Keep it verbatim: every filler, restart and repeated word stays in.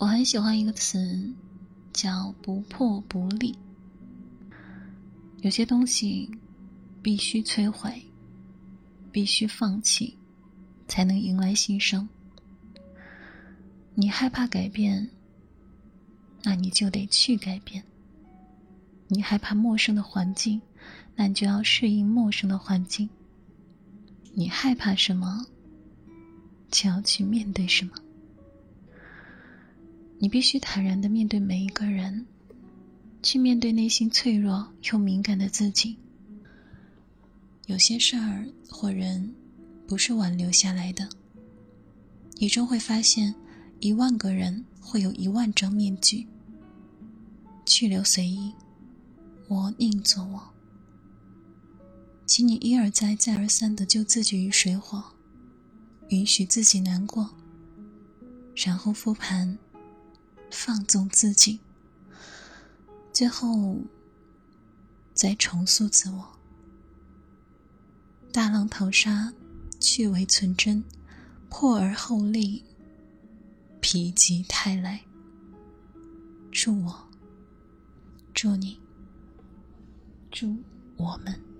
我很喜欢一个词叫不破不立。有些东西必须摧毁，必须放弃，才能迎来新生。你害怕改变，那你就得去改变。你害怕陌生的环境，那你就要适应陌生的环境。你害怕什么，就要去面对什么。你必须坦然地面对每一个人，去面对内心脆弱又敏感的自己。有些事儿或人不是挽留下来的，你终会发现一万个人会有一万张面具。去留随意，我宁做我。请你一而再再而三地救自己于水火，允许自己难过，然后复盘，放纵自己，最后再重塑自我。大浪淘沙，去伪存真，破而后立，否极泰来。祝我，祝你，祝我们。